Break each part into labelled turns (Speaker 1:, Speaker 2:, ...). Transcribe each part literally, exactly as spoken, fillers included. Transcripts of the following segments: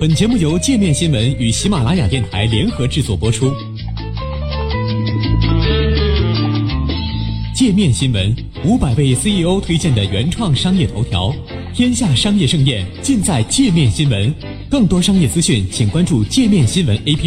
Speaker 1: 本节目由界面新闻与喜马拉雅电台联合制作播出。界面新闻五百位 C E O 推荐的原创商业头条，天下商业盛宴尽在界面新闻。更多商业资讯，请关注界面新闻 A P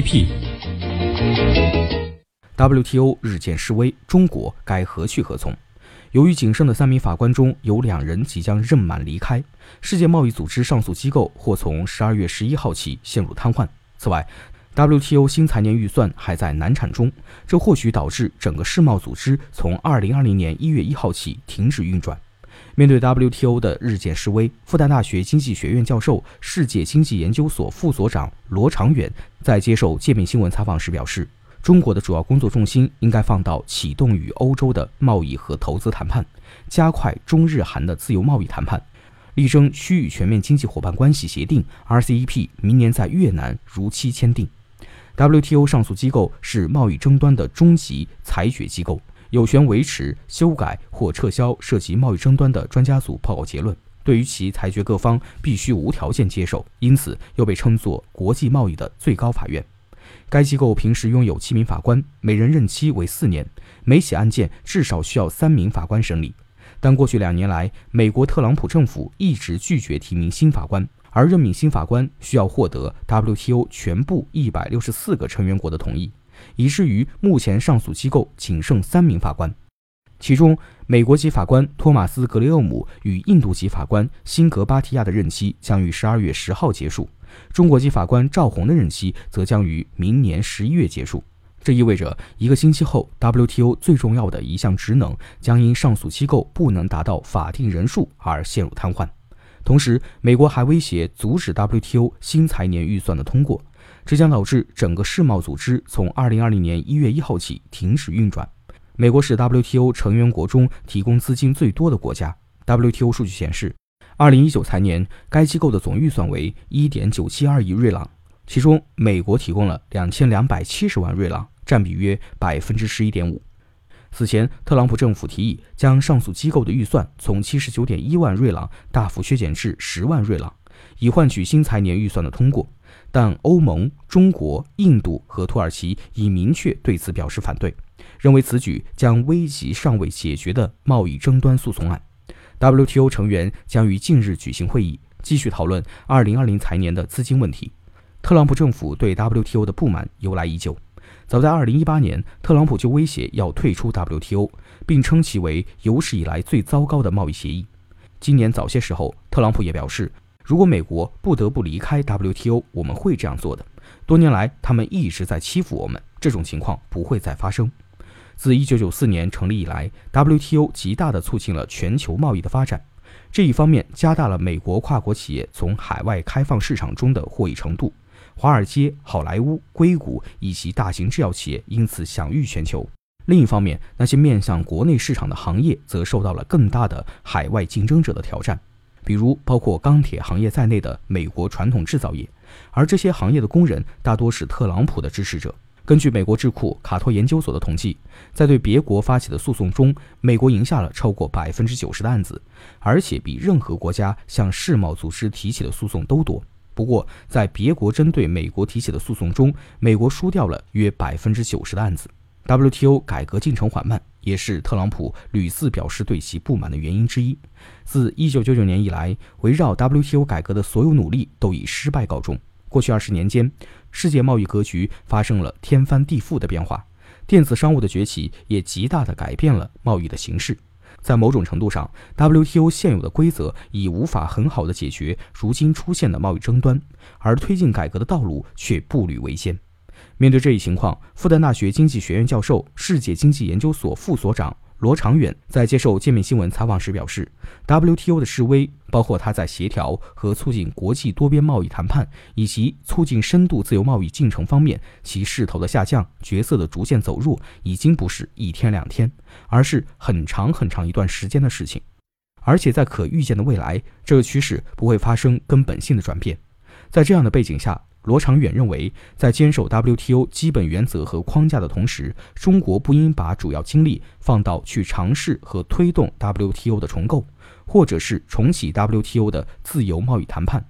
Speaker 1: P。W
Speaker 2: T O 日渐式微，中国该何去何从？由于仅剩的三名法官中有两人即将任满离开，世界贸易组织上诉机构或从十二月十一号起陷入瘫痪。此外， W T O 新财年预算还在难产中，这或许导致整个世贸组织从二零二零年一月一号起停止运转。面对 W T O 的日渐式微，复旦大学经济学院教授、世界经济研究所副所长罗长远在接受界面新闻采访时表示，中国的主要工作重心应该放到启动与欧洲的贸易和投资谈判，加快中日韩的自由贸易谈判，力争区域全面经济伙伴关系协定 R C E P 明年在越南如期签订。W T O 上诉机构是贸易争端的终极裁决机构，有权维持、修改或撤销涉及贸易争端的专家组报告结论，对于其裁决各方必须无条件接受，因此又被称作国际贸易的最高法院。该机构平时拥有七名法官，每人任期为四年，每起案件至少需要三名法官审理。但过去两年来，美国特朗普政府一直拒绝提名新法官，而任命新法官需要获得 W T O 全部一百六十四个成员国的同意，以至于目前上诉机构仅剩三名法官。其中，美国籍法官托马斯·格雷厄姆与印度籍法官辛格巴提亚的任期将于十二月十号结束，中国籍法官赵宏的任期则将于明年十一月结束。这意味着一个星期后 W T O 最重要的一项职能将因上诉机构不能达到法定人数而陷入瘫痪。同时，美国还威胁阻止 W T O 新财年预算的通过，这将导致整个世贸组织从二零二零年一月一号起停止运转。美国是 W T O 成员国中提供资金最多的国家。W T O 数据显示，二零一九财年该机构的总预算为 一点九七二亿瑞郎，其中美国提供了两千两百七十万瑞郎，占比约 百分之十一点五。此前，特朗普政府提议将上诉机构的预算从 七十九点一万瑞郎大幅削减至十万瑞郎，以换取新财年预算的通过，但欧盟、中国、印度和土耳其已明确对此表示反对，认为此举将危及尚未解决的贸易争端诉讼案。W T O 成员将于近日举行会议，继续讨论二零二零财年的资金问题。特朗普政府对 W T O 的不满由来已久，早在二零一八年，特朗普就威胁要退出 W T O， 并称其为有史以来最糟糕的贸易协议。今年早些时候，特朗普也表示，如果美国不得不离开 W T O， 我们会这样做的。多年来，他们一直在欺负我们，这种情况不会再发生。自一九九四年成立以来， W T O 极大地促进了全球贸易的发展，这一方面加大了美国跨国企业从海外开放市场中的获益程度，华尔街、好莱坞、硅谷以及大型制药企业因此享誉全球。另一方面，那些面向国内市场的行业则受到了更大的海外竞争者的挑战，比如包括钢铁行业在内的美国传统制造业，而这些行业的工人大多是特朗普的支持者。根据美国智库卡托研究所的统计，在对别国发起的诉讼中，美国赢下了超过 百分之九十 的案子，而且比任何国家向世贸组织提起的诉讼都多。不过，在别国针对美国提起的诉讼中，美国输掉了约 百分之九十 的案子。W T O 改革进程缓慢，也是特朗普屡次表示对其不满的原因之一。自一九九九年以来，围绕 W T O 改革的所有努力都以失败告终。过去二十年间，世界贸易格局发生了天翻地覆的变化，电子商务的崛起也极大地改变了贸易的形势。在某种程度上， W T O 现有的规则已无法很好地解决如今出现的贸易争端，而推进改革的道路却步履维艰。面对这一情况，复旦大学经济学院教授、世界经济研究所副所长罗长远在接受界面新闻采访时表示， W T O 的示威，包括它在协调和促进国际多边贸易谈判以及促进深度自由贸易进程方面，其势头的下降、角色的逐渐走弱，已经不是一天两天，而是很长很长一段时间的事情。而且在可预见的未来，这个趋势不会发生根本性的转变。在这样的背景下，罗长远认为，在坚守 W T O 基本原则和框架的同时，中国不应把主要精力放到去尝试和推动 W T O 的重构，或者是重启 W T O 的自由贸易谈判，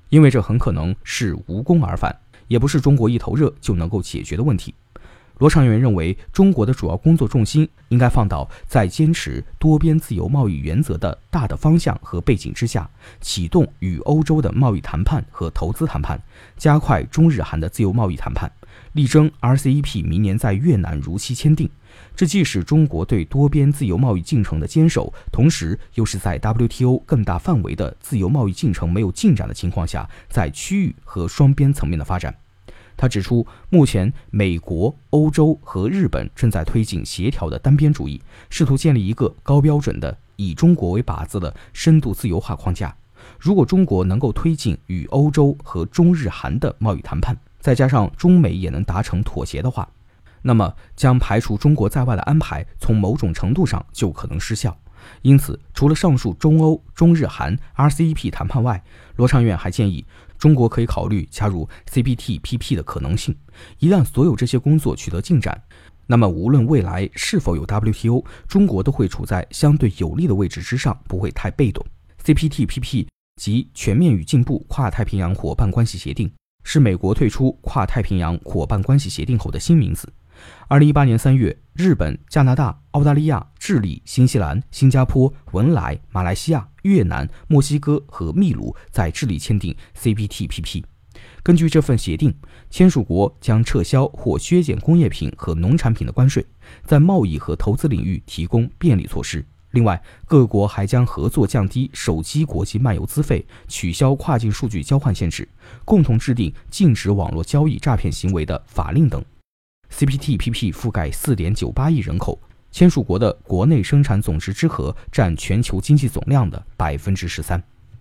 Speaker 2: 因为这很可能是无功而返，也不是中国一头热就能够解决的问题。罗长远认为，中国的主要工作重心应该放到在坚持多边自由贸易原则的大的方向和背景之下，启动与欧洲的贸易谈判和投资谈判，加快中日韩的自由贸易谈判，力争 R C E P 明年在越南如期签订。这既是中国对多边自由贸易进程的坚守，同时又是在 W T O 更大范围的自由贸易进程没有进展的情况下，在区域和双边层面的发展。他指出，目前美国、欧洲和日本正在推进协调的单边主义，试图建立一个高标准的以中国为靶子的深度自由化框架。如果中国能够推进与欧洲和中日韩的贸易谈判，再加上中美也能达成妥协的话，那么将排除中国在外的安排从某种程度上就可能失效。因此，除了上述中欧、中日韩 R C E P 谈判外，罗长远还建议中国可以考虑加入 C P T P P 的可能性。一旦所有这些工作取得进展，那么无论未来是否有 W T O， 中国都会处在相对有利的位置之上，不会太被动。C P T P P 即全面与进步跨太平洋伙伴关系协定，是美国退出跨太平洋伙伴关系协定后的新名字。二零一八年三月，日本、加拿大、澳大利亚、智利、新西兰、新加坡、文莱、马来西亚、越南、墨西哥和秘鲁在智利签订 C P T P P。 根据这份协定，签署国将撤销或削减工业品和农产品的关税，在贸易和投资领域提供便利措施。另外，各国还将合作降低手机国际漫游资费，取消跨境数据交换限制，共同制定禁止网络交易诈骗行为的法令等。C P T P P 覆盖 四点九八亿人口，签署国的国内生产总值之和占全球经济总量的百分之十三。